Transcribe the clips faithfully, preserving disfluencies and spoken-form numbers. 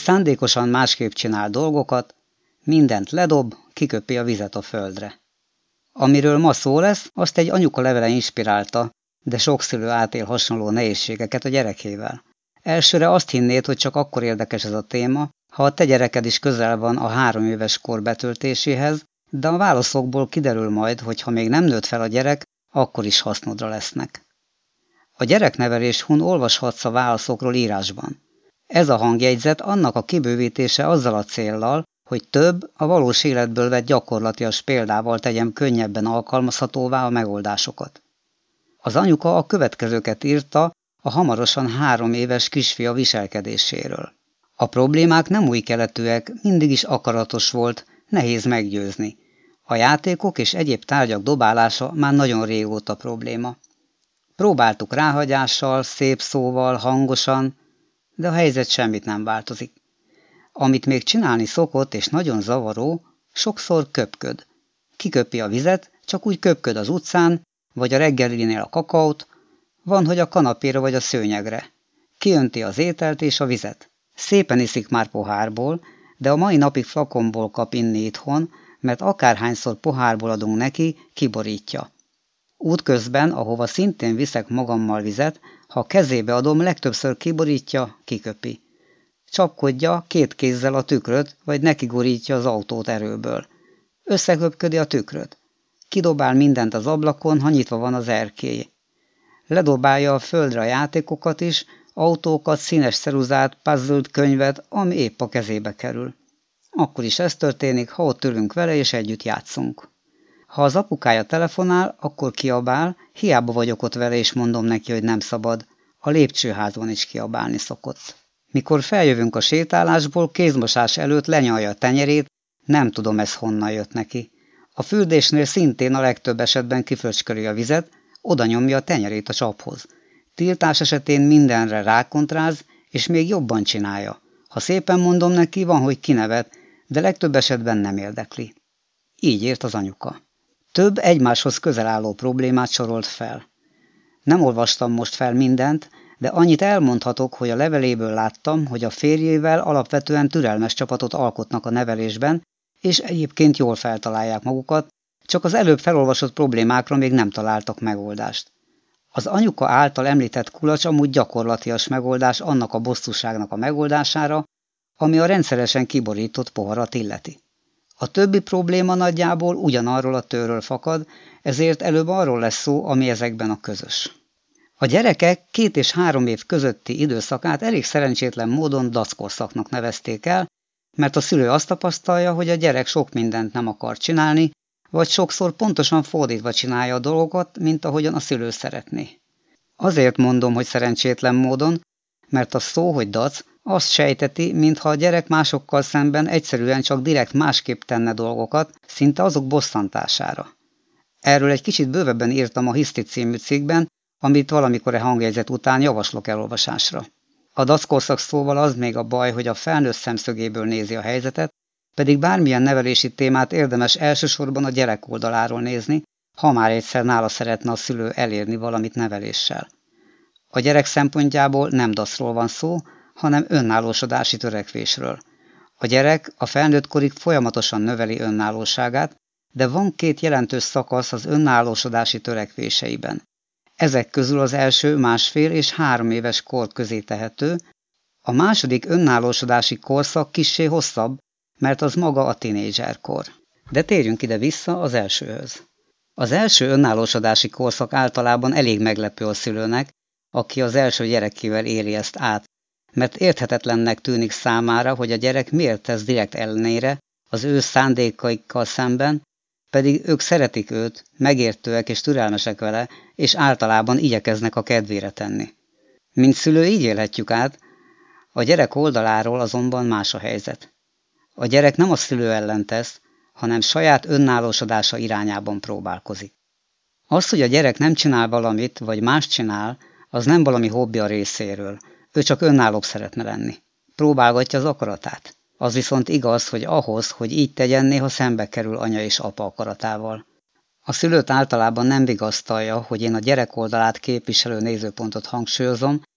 Szándékosan másképp csinál dolgokat, mindent ledob, kiköpi a vizet a földre. Amiről ma szó lesz, azt egy anyuka levele inspirálta, de sok szülő átél hasonló nehézségeket a gyerekével. Elsőre azt hinnéd, hogy csak akkor érdekes ez a téma, ha a te gyereked is közel van a három éves kor betöltéséhez, de a válaszokból kiderül majd, hogy ha még nem nőtt fel a gyerek, akkor is hasznodra lesznek. A Gyereknevelés Hun olvashatsz a válaszokról írásban. Ez a hangjegyzet annak a kibővítése azzal a céllal, hogy több, a valós életből vett gyakorlatias példával tegyem könnyebben alkalmazhatóvá a megoldásokat. Az anyuka a következőket írta a hamarosan három éves kisfia viselkedéséről. A problémák nem új keletűek, mindig is akaratos volt, nehéz meggyőzni. A játékok és egyéb tárgyak dobálása már nagyon régóta probléma. Próbáltuk ráhagyással, szép szóval, hangosan, de a helyzet semmit nem változik. Amit még csinálni szokott és nagyon zavaró, sokszor köpköd. Kiköpi a vizet, csak úgy köpköd az utcán, vagy a reggelinél a kakaót, van, hogy a kanapéra vagy a szőnyegre. Kiönti az ételt és a vizet. Szépen iszik már pohárból, de a mai napig flakonból kap inni itthon, mert akárhányszor pohárból adunk neki, kiborítja. Útközben, ahova szintén viszek magammal vizet, ha a kezébe adom, legtöbbször kiborítja, kiköpi. Csapkodja két kézzel a tükröt, vagy nekigurítja az autót erőből. Összeköpködi a tükröt. Kidobál mindent az ablakon, ha nyitva van az erkély. Ledobálja a földre a játékokat is, autókat, színes ceruzát, puzzle-t, könyvet, ami épp a kezébe kerül. Akkor is ez történik, ha ott ülünk vele és együtt játszunk. Ha az apukája telefonál, akkor kiabál, hiába vagyok ott vele és mondom neki, hogy nem szabad. A lépcsőházban is kiabálni szokott. Mikor feljövünk a sétálásból, kézmosás előtt lenyalja a tenyerét, nem tudom, ez honnan jött neki. A fürdésnél szintén a legtöbb esetben kifröcsköli a vizet, oda nyomja a tenyerét a csaphoz. Tiltás esetén mindenre rákontráz, és még jobban csinálja. Ha szépen mondom neki, van, hogy kinevet, de legtöbb esetben nem érdekli. Így írt az anyuka. Több egymáshoz közel álló problémát sorolt fel. Nem olvastam most fel mindent, de annyit elmondhatok, hogy a leveléből láttam, hogy a férjével alapvetően türelmes csapatot alkotnak a nevelésben, és egyébként jól feltalálják magukat, csak az előbb felolvasott problémákra még nem találtak megoldást. Az anyuka által említett kulacs amúgy gyakorlatias megoldás annak a bosszúságnak a megoldására, ami a rendszeresen kiborított poharat illeti. A többi probléma nagyjából ugyanarról a tőről fakad, ezért előbb arról lesz szó, ami ezekben a közös. A gyerekek két és három év közötti időszakát elég szerencsétlen módon dackorszaknak nevezték el, mert a szülő azt tapasztalja, hogy a gyerek sok mindent nem akar csinálni, vagy sokszor pontosan fordítva csinálja a dolgokat, mint ahogyan a szülő szeretné. Azért mondom, hogy szerencsétlen módon, mert a szó, hogy dac, azt sejteti, mintha a gyerek másokkal szemben egyszerűen csak direkt másképp tenne dolgokat, szinte azok bosszantására. Erről egy kicsit bővebben írtam a Hiszti című cikkben, amit valamikor e hangjegyzet után javaslok elolvasásra. A dackorszak szóval az még a baj, hogy a felnőtt szemszögéből nézi a helyzetet, pedig bármilyen nevelési témát érdemes elsősorban a gyerek oldaláról nézni, ha már egyszer nála szeretne a szülő elérni valamit neveléssel. A gyerek szempontjából nem dacról van szó, hanem önállósodási törekvésről. A gyerek a felnőtt korig folyamatosan növeli önállóságát, de van két jelentős szakasz az önállósodási törekvéseiben. Ezek közül az első másfél és három éves kor közé tehető, a második önállósodási korszak kissé hosszabb, mert az maga a tinédzserkor. De térjünk ide vissza az elsőhöz. Az első önállósodási korszak általában elég meglepő a szülőnek, aki az első gyerekével éli ezt át, mert érthetetlennek tűnik számára, hogy a gyerek miért tesz direkt ellenére az ő szándékaikkal szemben, pedig ők szeretik őt, megértőek és türelmesek vele, és általában igyekeznek a kedvére tenni. Mint szülő így élhetjük át, a gyerek oldaláról azonban más a helyzet. A gyerek nem a szülő ellen tesz, hanem saját önállósodása irányában próbálkozik. Az, hogy a gyerek nem csinál valamit, vagy más csinál, az nem valami hobbi a részéről, ő csak önállóbb szeretne lenni. Próbálgatja az akaratát. Az viszont igaz, hogy ahhoz, hogy így tegyen, néha szembe kerül anya és apa akaratával. A szülőt általában nem vigasztalja, hogy én a gyerek oldalát képviselő nézőpontot hangsúlyozom,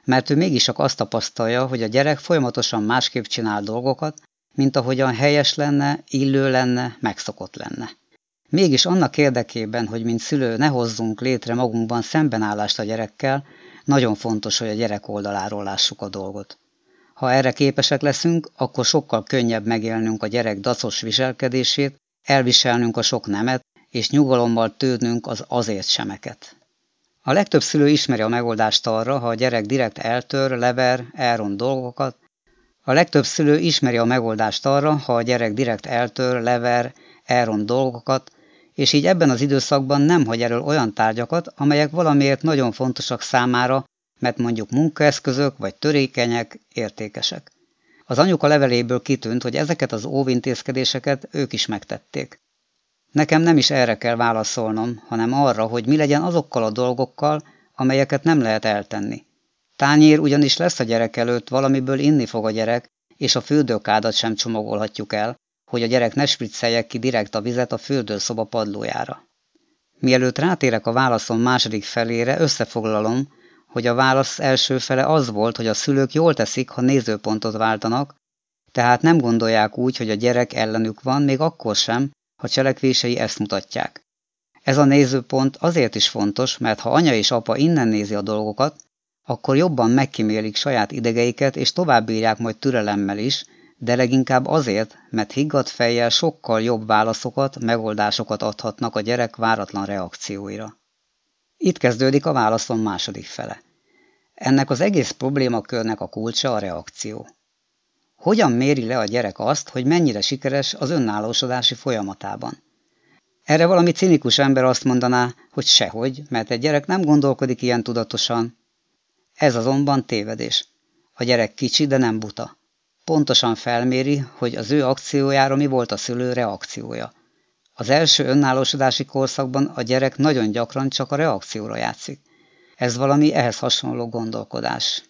mert ő mégis csak azt tapasztalja, hogy a gyerek folyamatosan másképp csinál dolgokat, mint ahogyan helyes lenne, illő lenne, megszokott lenne. Mégis annak érdekében, hogy mint szülő ne hozzunk létre magunkban szembenállást a gyerekkel, nagyon fontos, hogy a gyerek oldaláról lássuk a dolgot. Ha erre képesek leszünk, akkor sokkal könnyebb megélnünk a gyerek dacos viselkedését, elviselnünk a sok nemet, és nyugalommal tődnünk az azért semeket. A legtöbb szülő ismeri a megoldást arra, ha a gyerek direkt eltör, lever, elront dolgokat. A legtöbb szülő ismeri a megoldást arra, ha a gyerek direkt eltör, lever, elront dolgokat, és így ebben az időszakban nem hagy elől olyan tárgyakat, amelyek valamiért nagyon fontosak számára, mert mondjuk munkaeszközök vagy törékenyek, értékesek. Az anyuka leveléből kitűnt, hogy ezeket az óvintézkedéseket ők is megtették. Nekem nem is erre kell válaszolnom, hanem arra, hogy mi legyen azokkal a dolgokkal, amelyeket nem lehet eltenni. Tányér ugyanis lesz a gyerek előtt, valamiből inni fog a gyerek, és a fürdőkádat sem csomagolhatjuk el, hogy a gyerek ne spriccelje ki direkt a vizet a fürdőszoba padlójára. Mielőtt rátérek a válaszom második felére, összefoglalom, hogy a válasz első fele az volt, hogy a szülők jól teszik, ha nézőpontot váltanak, tehát nem gondolják úgy, hogy a gyerek ellenük van, még akkor sem, ha cselekvései ezt mutatják. Ez a nézőpont azért is fontos, mert ha anya és apa innen nézi a dolgokat, akkor jobban megkímélik saját idegeiket, és továbbírják majd türelemmel is, de leginkább azért, mert higgadt fejjel sokkal jobb válaszokat, megoldásokat adhatnak a gyerek váratlan reakcióira. Itt kezdődik a válaszom második fele. Ennek az egész problémakörnek a kulcsa a reakció. Hogyan méri le a gyerek azt, hogy mennyire sikeres az önállósodási folyamatában? Erre valami cinikus ember azt mondaná, hogy sehogy, mert egy gyerek nem gondolkodik ilyen tudatosan. Ez azonban tévedés. A gyerek kicsi, de nem buta. Pontosan felméri, hogy az ő akciójára mi volt a szülő reakciója. Az első önállósodási korszakban a gyerek nagyon gyakran csak a reakcióra játszik. Ez valami ehhez hasonló gondolkodás.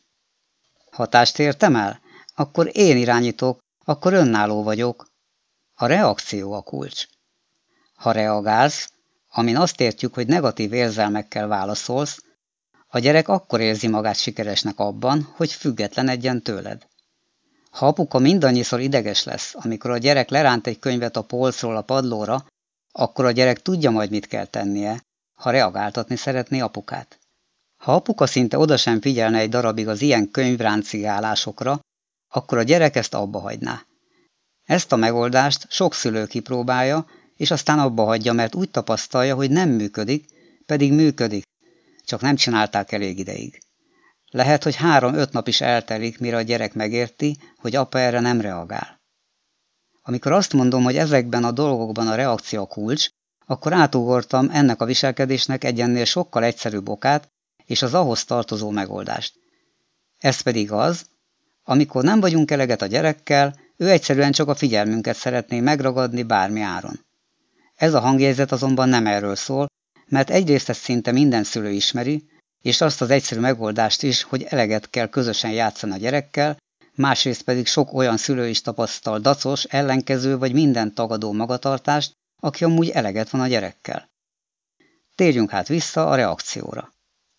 Hatást értem el? Akkor én irányítok, akkor önálló vagyok. A reakció a kulcs. Ha reagálsz, amin azt értjük, hogy negatív érzelmekkel válaszolsz, a gyerek akkor érzi magát sikeresnek abban, hogy függetlenedjen tőled. Ha apuka mindannyiszor ideges lesz, amikor a gyerek leránt egy könyvet a polcról a padlóra, akkor a gyerek tudja majd, mit kell tennie, ha reagáltatni szeretné apukát. Ha apuka szinte oda sem figyelne egy darabig az ilyen könyvráncigálásokra, akkor a gyerek ezt abba hagyná. Ezt a megoldást sok szülő kipróbálja, és aztán abba hagyja, mert úgy tapasztalja, hogy nem működik, pedig működik, csak nem csinálták elég ideig. Lehet, hogy három-öt nap is eltelik, mire a gyerek megérti, hogy apa erre nem reagál. Amikor azt mondom, hogy ezekben a dolgokban a reakció kulcs, akkor átugortam ennek a viselkedésnek egy ennél sokkal egyszerűbb okát, és az ahhoz tartozó megoldást. Ez pedig az, amikor nem vagyunk eleget a gyerekkel, ő egyszerűen csak a figyelmünket szeretné megragadni bármi áron. Ez a hangjegyzet azonban nem erről szól, mert egyrészt ezt szinte minden szülő ismeri, és azt az egyszerű megoldást is, hogy eleget kell közösen játszani a gyerekkel, másrészt pedig sok olyan szülő is tapasztal dacos, ellenkező vagy minden tagadó magatartást, aki amúgy eleget van a gyerekkel. Térjünk hát vissza a reakcióra.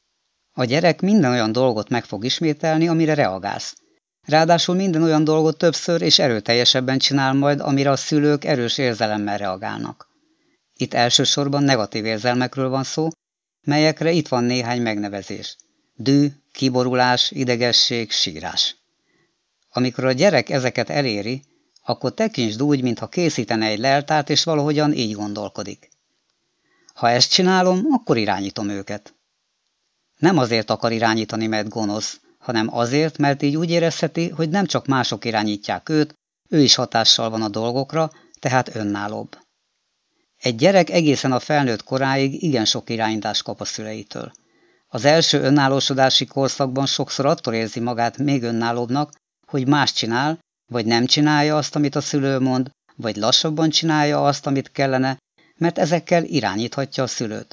A gyerek minden olyan dolgot meg fog ismételni, amire reagálsz. Ráadásul minden olyan dolgot többször és erőteljesebben csinál majd, amire a szülők erős érzelemmel reagálnak. Itt elsősorban negatív érzelmekről van szó, melyekre itt van néhány megnevezés. Dű, kiborulás, idegesség, sírás. Amikor a gyerek ezeket eléri, akkor tekintsd úgy, mintha készítene egy leltárt, és valahogyan így gondolkodik. Ha ezt csinálom, akkor irányítom őket. Nem azért akar irányítani, mert gonosz, hanem azért, mert így úgy érezheti, hogy nem csak mások irányítják őt, ő is hatással van a dolgokra, tehát önállóbb. Egy gyerek egészen a felnőtt koráig igen sok irányítást kap a szüleitől. Az első önállósodási korszakban sokszor attól érzi magát még önállóbbnak, hogy más csinál, vagy nem csinálja azt, amit a szülő mond, vagy lassabban csinálja azt, amit kellene, mert ezekkel irányíthatja a szülőt.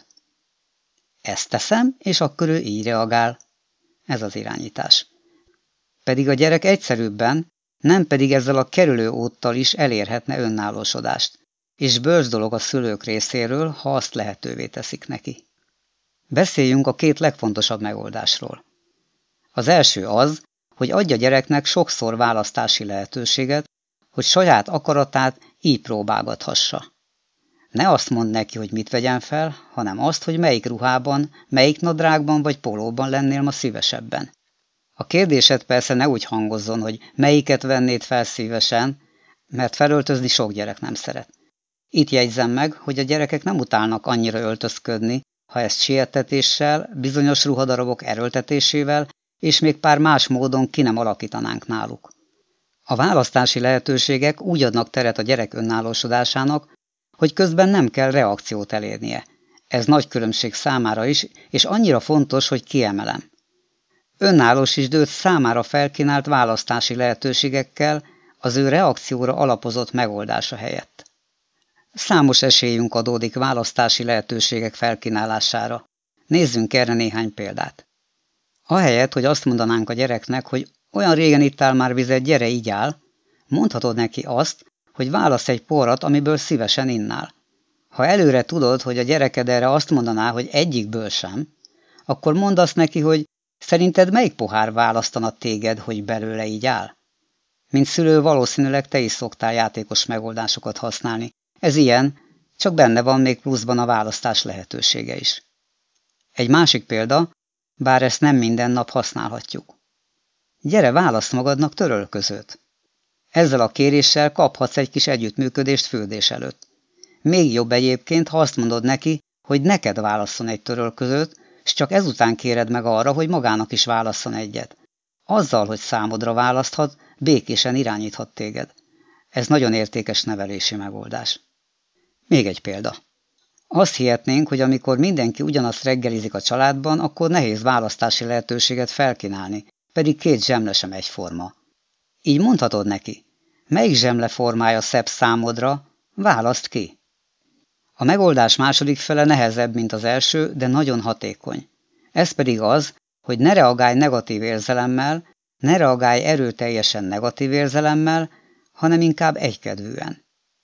Ezt teszem, és akkor ő így reagál. Ez az irányítás. Pedig a gyerek egyszerűbben, nem pedig ezzel a kerülő úttal is elérhetne önállósodást, és bölcs dolog a szülők részéről, ha azt lehetővé teszik neki. Beszéljünk a két legfontosabb megoldásról. Az első az, hogy adja gyereknek sokszor választási lehetőséget, hogy saját akaratát így próbálgathassa. Ne azt mondd neki, hogy mit vegyen fel, hanem azt, hogy melyik ruhában, melyik nadrágban vagy pólóban lennél ma szívesebben. A kérdésed persze ne úgy hangozzon, hogy melyiket vennéd fel szívesen, mert felöltözni sok gyerek nem szeret. Itt jegyzem meg, hogy a gyerekek nem utálnak annyira öltözködni, ha ezt sietetéssel, bizonyos ruhadarabok erőltetésével és még pár más módon ki nem alakítanánk náluk. A választási lehetőségek úgy adnak teret a gyerek önállósodásának, hogy közben nem kell reakciót elérnie. Ez nagy különbség számára is, és annyira fontos, hogy kiemelem. Önállósítsd számára felkínált választási lehetőségekkel az ő reakcióra alapozott megoldása helyett. Számos esélyünk adódik választási lehetőségek felkínálására. Nézzünk erre néhány példát. Ahelyett, hogy azt mondanánk a gyereknek, hogy olyan régen ittál már vizet, gyere, igyál, mondhatod neki azt, hogy válasz egy poharat, amiből szívesen innál. Ha előre tudod, hogy a gyereked erre azt mondaná, hogy egyikből sem, akkor mondd azt neki, hogy szerinted melyik pohár választana téged, hogy belőle így áll? Mint szülő valószínűleg te is szoktál játékos megoldásokat használni. Ez ilyen, csak benne van még pluszban a választás lehetősége is. Egy másik példa, bár ezt nem minden nap használhatjuk. Gyere, választ magadnak törölközőt. Ezzel a kéréssel kaphatsz egy kis együttműködést fürdés előtt. Még jobb egyébként, ha azt mondod neki, hogy neked válasszon egy törölközőt, s csak ezután kéred meg arra, hogy magának is válasszon egyet. Azzal, hogy számodra választhat, békésen irányíthat téged. Ez nagyon értékes nevelési megoldás. Még egy példa. Azt hihetnénk, hogy amikor mindenki ugyanazt reggelizik a családban, akkor nehéz választási lehetőséget felkínálni, pedig két zsemle sem egyforma. Így mondhatod neki, melyik zsemle formája szebb számodra, választ ki. A megoldás második fele nehezebb, mint az első, de nagyon hatékony. Ez pedig az, hogy ne reagálj negatív érzelemmel, ne reagálj erőteljesen negatív érzelemmel, hanem inkább egykedvűen.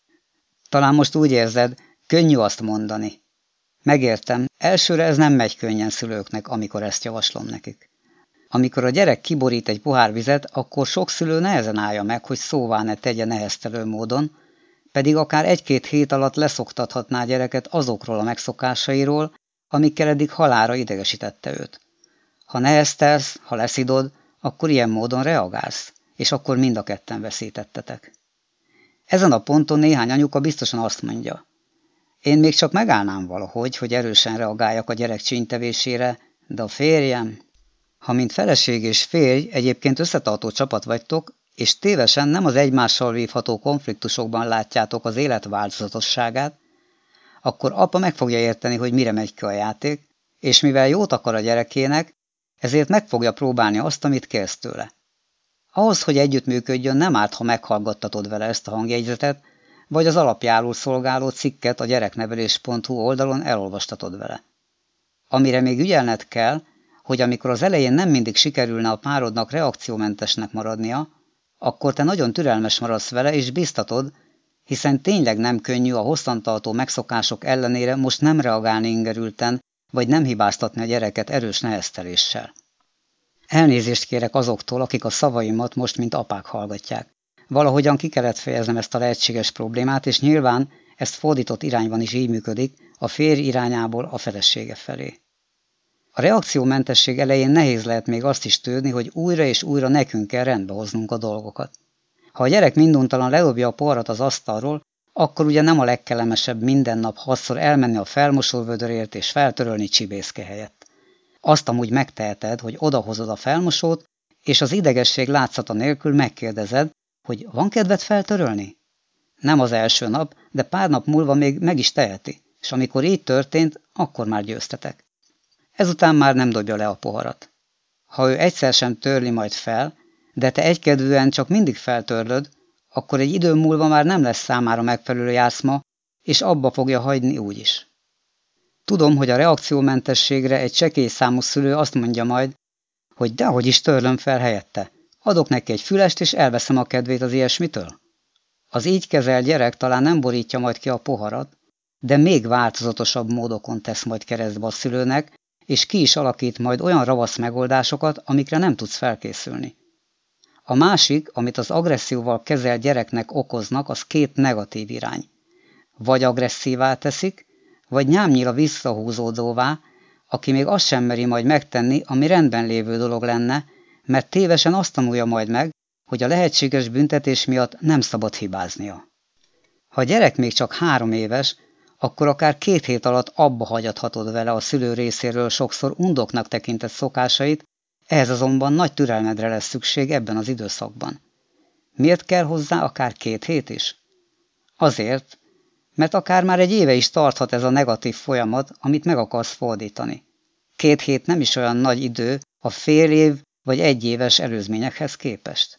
Talán most úgy érzed, könnyű azt mondani. Megértem, elsőre ez nem megy könnyen szülőknek, amikor ezt javaslom nekik. Amikor a gyerek kiborít egy pohár vizet, akkor sok szülő nehezen állja meg, hogy szóvá ne tegye neheztelő módon, pedig akár egy-két hét alatt leszoktathatná a gyereket azokról a megszokásairól, amikkel eddig halálra idegesítette őt. Ha neheztelsz, ha leszidod, akkor ilyen módon reagálsz, és akkor mind a ketten veszítettetek. Ezen a ponton néhány anyuka biztosan azt mondja, én még csak megállnám valahogy, hogy erősen reagáljak a gyerek csínytevésére, de a férjem... Ha mint feleség és férj egyébként összetartó csapat vagytok, és tévesen nem az egymással vívható konfliktusokban látjátok az élet változatosságát, akkor apa meg fogja érteni, hogy mire megy ki a játék, és mivel jót akar a gyerekének, ezért meg fogja próbálni azt, amit kérsz tőle. Ahhoz, hogy együttműködjön, nem árt, ha meghallgattatod vele ezt a hangjegyzetet, vagy az alapjául szolgáló cikket a gyereknevelés pont hu oldalon elolvastatod vele. Amire még ügyelned kell, hogy amikor az elején nem mindig sikerülne a párodnak reakciómentesnek maradnia, akkor te nagyon türelmes maradsz vele és biztatod, hiszen tényleg nem könnyű a hosszantartó megszokások ellenére most nem reagálni ingerülten, vagy nem hibáztatni a gyereket erős nehezteléssel. Elnézést kérek azoktól, akik a szavaimat most mint apák hallgatják. Valahogyan ki kellett fejeznem ezt a lehetséges problémát, és nyilván ezt fordított irányban is így működik, a férj irányából a felesége felé. A reakciómentesség elején nehéz lehet még azt is tűrni, hogy újra és újra nekünk kell rendbe hoznunk a dolgokat. Ha a gyerek minduntalan ledobja a poharat az asztalról, akkor ugye nem a legkellemesebb minden nap hatszor elmenni a felmosóvödörért és feltörölni csibészke helyett. Azt amúgy megteheted, hogy odahozod a felmosót, és az idegesség látszata nélkül megkérdezed, hogy van kedved feltörölni? Nem az első nap, de pár nap múlva még meg is teheti, és amikor így történt, akkor már győztetek. Ezután már nem dobja le a poharat. Ha ő egyszer sem törli majd fel, de te egykedvűen csak mindig feltörlöd, akkor egy idő múlva már nem lesz számára megfelelő játszma, és abba fogja hagyni úgyis. Tudom, hogy a reakciómentességre egy csekély számú szülő azt mondja majd, hogy dehogy is törlöm fel helyette, adok neki egy fülest, és elveszem a kedvét az ilyesmitől. Az így kezelt gyerek talán nem borítja majd ki a poharat, de még változatosabb módokon tesz majd keresztbe a szülőnek, és ki is alakít majd olyan ravasz megoldásokat, amikre nem tudsz felkészülni. A másik, amit az agresszióval kezelt gyereknek okoznak, az két negatív irány. Vagy agresszívá teszik, vagy nyámnyira visszahúzódóvá, aki még azt sem meri majd megtenni, ami rendben lévő dolog lenne, mert tévesen azt tanulja majd meg, hogy a lehetséges büntetés miatt nem szabad hibáznia. Ha a gyerek még csak három éves, akkor akár két hét alatt abba hagyathatod vele a szülő részéről sokszor undoknak tekintett szokásait, ehhez azonban nagy türelmedre lesz szükség ebben az időszakban. Miért kell hozzá akár két hét is? Azért, mert akár már egy éve is tarthat ez a negatív folyamat, amit meg akarsz fordítani. Két hét nem is olyan nagy idő a fél év vagy egy éves előzményekhez képest.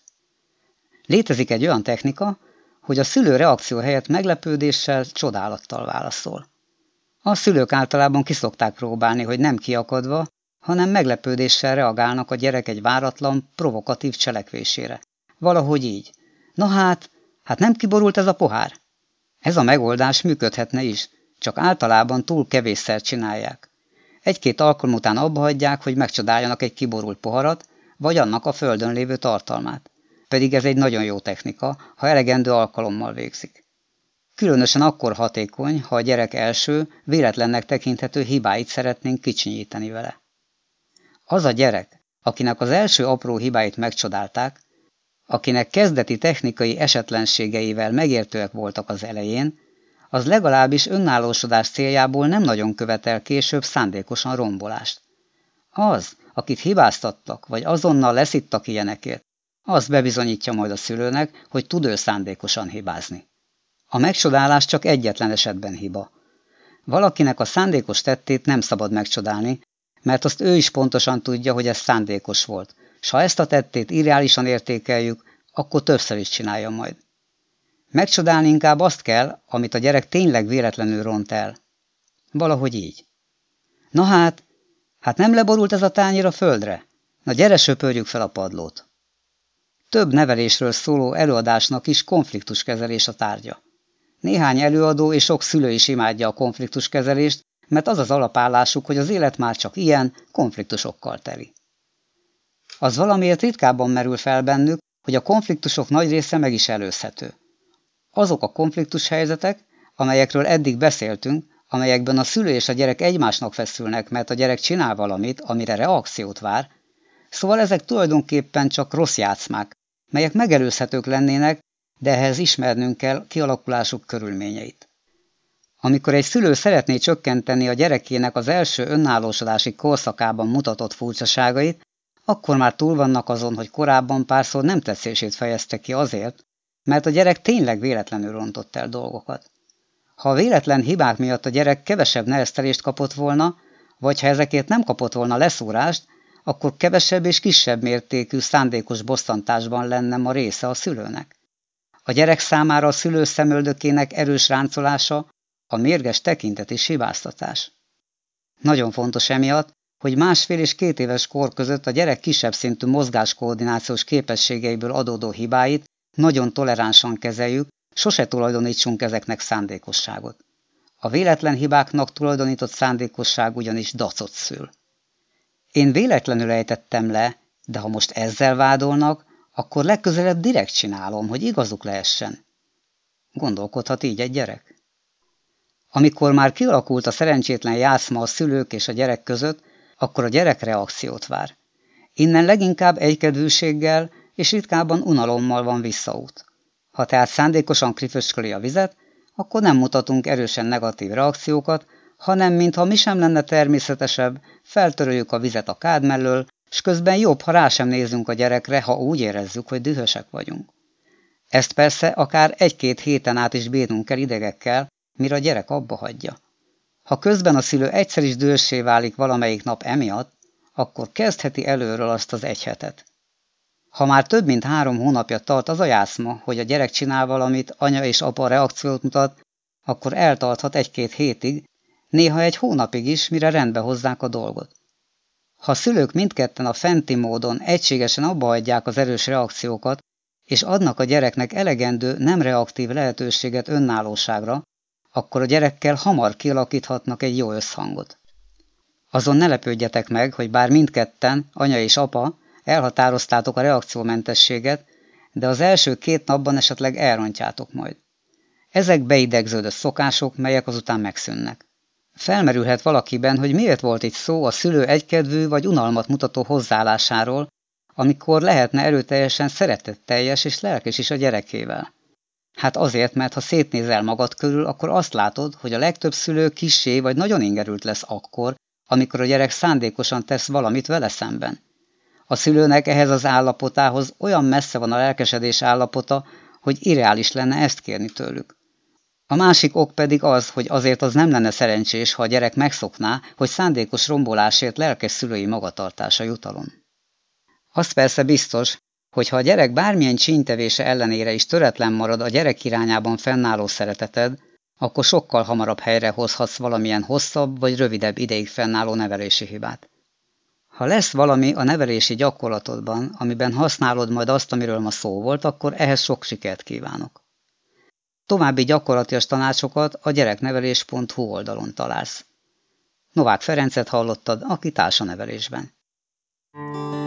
Létezik egy olyan technika, hogy a szülő reakció helyett meglepődéssel, csodálattal válaszol. A szülők általában kiszokták próbálni, hogy nem kiakadva, hanem meglepődéssel reagálnak a gyerek egy váratlan, provokatív cselekvésére. Valahogy így. Na hát, hát nem kiborult ez a pohár? Ez a megoldás működhetne is, csak általában túl kevésszer csinálják. Egy-két alkalom után abbahagyják, hogy megcsodáljanak egy kiborult poharat, vagy annak a földön lévő tartalmát. Pedig ez egy nagyon jó technika, ha elegendő alkalommal végzik. Különösen akkor hatékony, ha a gyerek első, véletlennek tekinthető hibáit szeretnénk kicsinyíteni vele. Az a gyerek, akinek az első apró hibáit megcsodálták, akinek kezdeti technikai esetlenségeivel megértőek voltak az elején, az legalábbis önállósodás céljából nem nagyon követel később szándékosan rombolást. Az, akit hibáztattak, vagy azonnal leszittak ilyenekért, az bebizonyítja majd a szülőnek, hogy tud ő szándékosan hibázni. A megcsodálás csak egyetlen esetben hiba. Valakinek a szándékos tettét nem szabad megcsodálni, mert azt ő is pontosan tudja, hogy ez szándékos volt, s ha ezt a tettét irreálisan értékeljük, akkor többször is csinálja majd. Megcsodálni inkább azt kell, amit a gyerek tényleg véletlenül ront el. Valahogy így. Na hát, hát nem leborult ez a tányér a földre? Na gyere, söpörjük fel a padlót. Több nevelésről szóló előadásnak is konfliktuskezelés a tárgya. Néhány előadó és sok szülő is imádja a konfliktuskezelést, mert az az alapállásuk, hogy az élet már csak ilyen, konfliktusokkal teli. Az valamiért ritkábban merül fel bennük, hogy a konfliktusok nagy része meg is előzhető. Azok a konfliktus helyzetek, amelyekről eddig beszéltünk, amelyekben a szülő és a gyerek egymásnak feszülnek, mert a gyerek csinál valamit, amire reakciót vár, szóval ezek tulajdonképpen csak rossz játszmák, melyek megelőzhetők lennének, de ehhez ismernünk kell kialakulásuk körülményeit. Amikor egy szülő szeretné csökkenteni a gyerekének az első önállósodási korszakában mutatott furcsaságait, akkor már túl vannak azon, hogy korábban párszor nem tetszését fejezte ki azért, mert a gyerek tényleg véletlenül rontott el dolgokat. Ha a véletlen hibák miatt a gyerek kevesebb neheztelést kapott volna, vagy ha ezekért nem kapott volna leszórást, akkor kevesebb és kisebb mértékű szándékos bosszantásban lenne ma része a szülőnek. A gyerek számára a szülő szemöldökének erős ráncolása, a mérges tekintet és hibáztatás. Nagyon fontos emiatt, hogy másfél és két éves kor között a gyerek kisebb szintű mozgáskoordinációs képességeiből adódó hibáit nagyon toleránsan kezeljük, sose tulajdonítsunk ezeknek szándékosságot. A véletlen hibáknak tulajdonított szándékosság ugyanis dacot szül. Én véletlenül ejtettem le, de ha most ezzel vádolnak, akkor legközelebb direkt csinálom, hogy igazuk lehessen. Gondolkodhat így egy gyerek. Amikor már kialakult a szerencsétlen játszma a szülők és a gyerek között, akkor a gyerek reakciót vár. Innen leginkább egykedvűséggel és ritkábban unalommal van visszaút. Ha tehát szándékosan krifösköli a vizet, akkor nem mutatunk erősen negatív reakciókat, hanem mintha mi sem lenne természetesebb, feltöröljük a vizet a kád mellől, s közben jobb, ha rá sem nézünk a gyerekre, ha úgy érezzük, hogy dühösek vagyunk. Ezt persze akár egy-két héten át is bírnunk kell idegekkel, mire a gyerek abba hagyja. Ha közben a szülő egyszer is dühössé válik valamelyik nap emiatt, akkor kezdheti előről azt az egy hetet. Ha már több mint három hónapja tart az a játszma, hogy a gyerek csinál valamit, anya és apa reakciót mutat, akkor eltarthat egy-két hétig, néha egy hónapig is, mire rendbe hozzák a dolgot. Ha a szülők mindketten a fenti módon egységesen abbahagyják az erős reakciókat, és adnak a gyereknek elegendő, nem reaktív lehetőséget önállóságra, akkor a gyerekkel hamar kialakíthatnak egy jó összhangot. Azon ne lepődjetek meg, hogy bár mindketten, anya és apa, elhatároztátok a reakciómentességet, de az első két napban esetleg elrontjátok majd. Ezek beidegződött szokások, melyek azután megszűnnek. Felmerülhet valakiben, hogy miért volt itt szó a szülő egykedvű vagy unalmat mutató hozzáállásáról, amikor lehetne erőteljesen szeretetteljes és lelkes is a gyerekével. Hát azért, mert ha szétnézel magad körül, akkor azt látod, hogy a legtöbb szülő kissé vagy nagyon ingerült lesz akkor, amikor a gyerek szándékosan tesz valamit vele szemben. A szülőnek ehhez az állapotához olyan messze van a lelkesedés állapota, hogy irreális lenne ezt kérni tőlük. A másik ok pedig az, hogy azért az nem lenne szerencsés, ha a gyerek megszokná, hogy szándékos rombolásért lelkes szülői magatartása jutalom. Az persze biztos, hogy ha a gyerek bármilyen csínytevése ellenére is töretlen marad a gyerek irányában fennálló szereteted, akkor sokkal hamarabb helyrehozhatsz valamilyen hosszabb vagy rövidebb ideig fennálló nevelési hibát. Ha lesz valami a nevelési gyakorlatodban, amiben használod majd azt, amiről ma szó volt, akkor ehhez sok sikert kívánok. További gyakorlatias tanácsokat a gyereknevelés pont hu oldalon találsz. Novák Ferencet hallottad, aki társanevelésben.